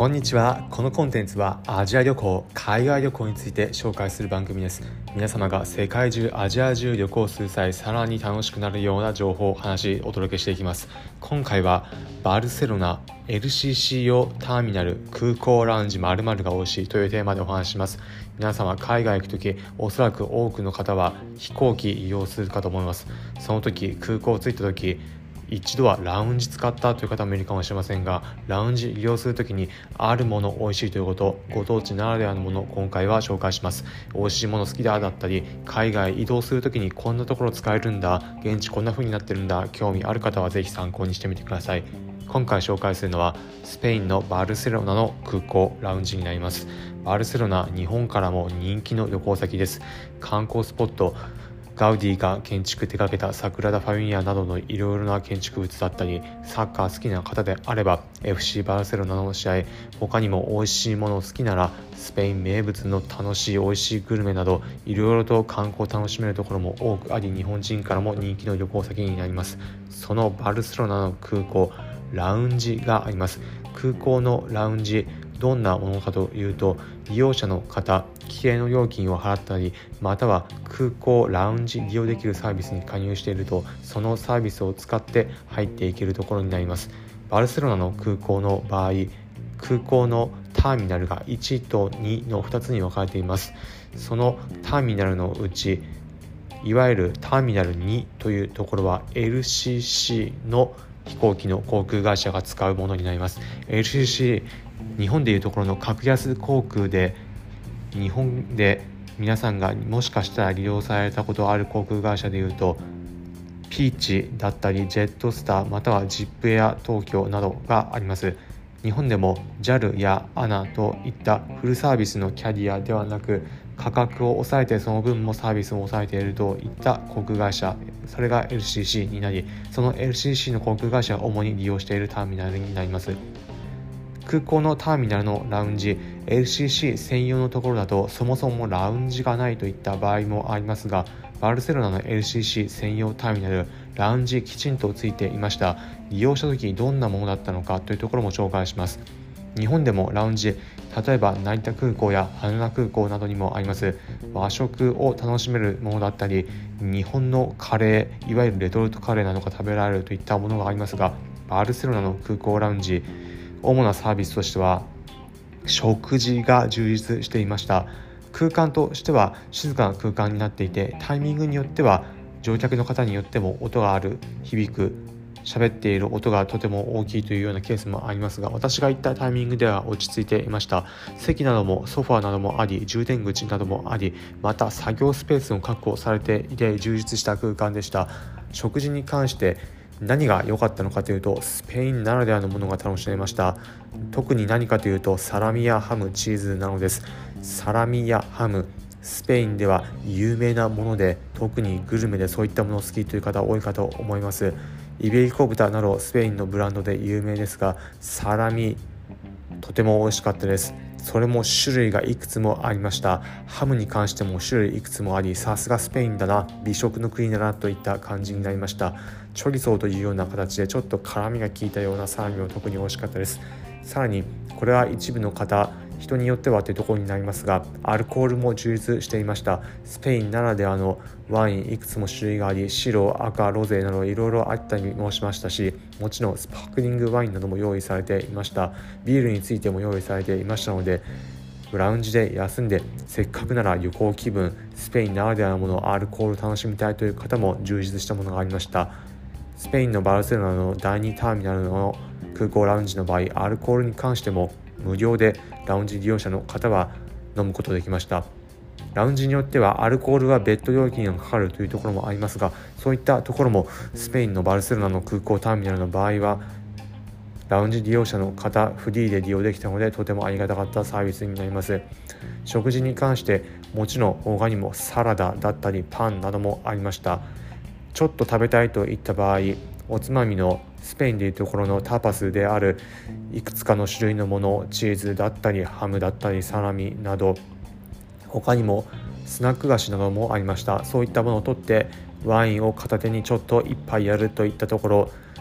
こんにちは。このコンテンツはアジア旅行、海外旅行について紹介する番組です。皆様が世界中、アジア中旅行する際、さらに楽しくなるような情報をお届けしていきます。今回はバルセロナ LCC 用ターミナル空港ラウンジ〇〇が美味しいというテーマでお話しします。皆様海外行くとき、おそらく多くの方は飛行機利用するかと思います。その時、空港着いた時、一度はラウンジ使ったという方もいるかもしれませんが、ラウンジ利用するときにあるもの美味しいということ、ご当地ならではのものを今回は紹介します。美味しいもの好きだったり、海外移動するときにこんなところ使えるんだ、現地こんな風になってるんだ、興味ある方はぜひ参考にしてみてください。今回紹介するのはスペインのバルセロナの空港ラウンジになります。バルセロナ、日本からも人気の旅行先です。観光スポット、ガウディが建築手掛けたサグラダ・ファミリアなどのいろいろな建築物だったり、サッカー好きな方であれば FC バルセロナの試合、他にも美味しいもの好きならスペイン名物の楽しい美味しいグルメなど、いろいろと観光を楽しめるところも多くあり、日本人からも人気の旅行先になります。そのバルセロナの空港ラウンジがあります。空港のラウンジ、どんなものかというと、利用者の方、規定の料金を払ったり、または空港ラウンジ利用できるサービスに加入していると、そのサービスを使って入っていけるところになります。バルセロナの空港の場合、空港のターミナルが1と2の2つに分かれています。そのターミナルのうち、いわゆるターミナル2というところは LCC の飛行機の航空会社が使うものになります。 LCC、 日本でいうところの格安航空で、日本で皆さんがもしかしたら利用されたことある航空会社でいうと、ピーチだったりジェットスター、またはジップエア東京などがあります。日本でも JAL や ANA といったフルサービスのキャリアではなく、価格を抑えてその分もサービスも抑えているといった航空会社、それが LCC になり、その LCC の航空会社が主に利用しているターミナルになります。空港のターミナルのラウンジ、 LCC 専用のところだとそもそもラウンジがないといった場合もありますが、バルセロナの LCC 専用ターミナル、ラウンジきちんとついていました。利用した時どんなものだったのかというところも紹介します。日本でもラウンジ、例えば成田空港や羽田空港などにもあります。和食を楽しめるものだったり、日本のカレー、いわゆるレトルトカレーなどが食べられるといったものがありますが、バルセロナの空港ラウンジ、主なサービスとしては食事が充実していました。空間としては静かな空間になっていて、タイミングによっては乗客の方によっても音がある、響く、喋っている音がとても大きいというようなケースもありますが、私が行ったタイミングでは落ち着いていました。席などもソファーなどもあり、充電口などもあり、また作業スペースも確保されていて充実した空間でした。食事に関して何が良かったのかというと、スペインならではのものが楽しめました。特に何かというと、サラミやハム、チーズなのです。サラミやハム、スペインでは有名なもので、特にグルメでそういったものを好きという方多いかと思います。イベリコ豚などスペインのブランドで有名ですが、サラミとても美味しかったです。それも種類がいくつもありました。ハムに関しても種類いくつもあり、さすがスペインだな、美食の国だなといった感じになりました。チョリソーというような形でちょっと辛みが効いたようなサラミも特に美味しかったです。さらにこれは一部の方、人によってはというところになりますが、アルコールも充実していました。スペインならではのワインいくつも種類があり、白、赤、ロゼなどいろいろあったりもしましたし、もちろんスパークリングワインなども用意されていました。ビールについても用意されていましたので、ラウンジで休んでせっかくなら旅行気分、スペインならではのもの、アルコールを楽しみたいという方も充実したものがありました。スペインのバルセロナの第2ターミナルの空港ラウンジの場合、アルコールに関しても無料でラウンジ利用者の方は飲むことができました。ラウンジによってはアルコールは別途料金がかかるというところもありますが、そういったところもスペインのバルセロナの空港ターミナルの場合はラウンジ利用者の方フリーで利用できたので、とてもありがたかったサービスになります。食事に関してもちろん他にもサラダだったりパンなどもありました。ちょっと食べたいといった場合、おつまみのスペインでいうところのタパスであるいくつかの種類のもの、チーズだったりハムだったりサラミなど、他にもスナック菓子などもありました。そういったものを取ってワインを片手にちょっと一杯やるといったところ、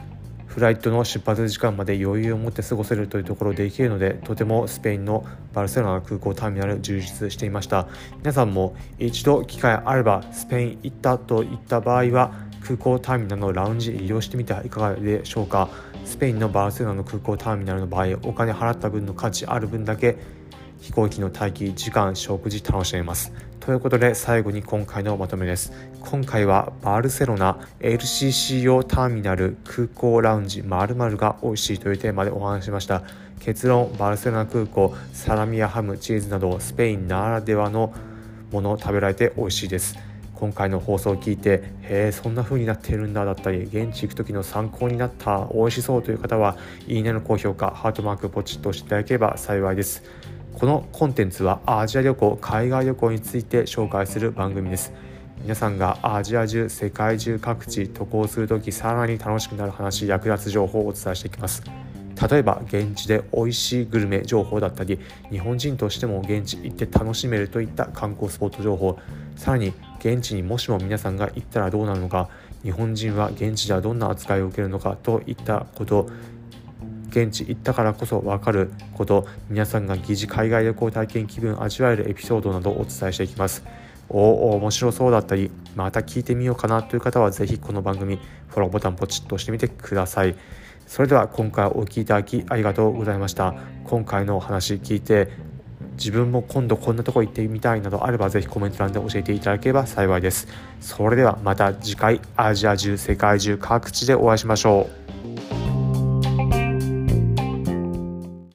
フライトの出発時間まで余裕を持って過ごせるというところでできるので、とてもスペインのバルセロナの空港ターミナル充実していました。皆さんも一度機会あればスペイン行ったといった場合は空港ターミナルのラウンジ利用してみてはいかがでしょうか。スペインのバルセロナの空港ターミナルの場合、お金払った分の価値ある分だけ飛行機の待機時間、食事楽しめます。ということで最後に今回のまとめです。今回はバルセロナ LCC 用ターミナル空港ラウンジ〇〇が美味しいというテーマでお話ししました。結論、バルセロナ空港、サラミやハム、チーズなどスペインならではのものを食べられて美味しいです。今回の放送を聞いて、そんな風になっているんだだったり、現地行く時の参考になった、美味しそうという方はいいねの高評価、ハートマークポチッと押していただければ幸いです。このコンテンツはアジア旅行、海外旅行について紹介する番組です。皆さんがアジア中、世界中各地渡航するときさらに楽しくなる話、役立つ情報をお伝えしていきます。例えば現地で美味しいグルメ情報だったり、日本人としても現地行って楽しめるといった観光スポット情報、さらに現地にもしも皆さんが行ったらどうなるのか、日本人は現地ではどんな扱いを受けるのかといったこと、現地行ったからこそ分かること、皆さんが疑似海外旅行体験気分を味わえるエピソードなどをお伝えしていきます。面白そうだったり、また聞いてみようかなという方はぜひこの番組フォローボタンポチッと押してみてください。それでは今回お聞きいただきありがとうございました。今回のお話聞いて自分も今度こんなとこ行ってみたいなどあればぜひコメント欄で教えていただければ幸いです。それではまた次回、アジア中世界中各地でお会いしましょう。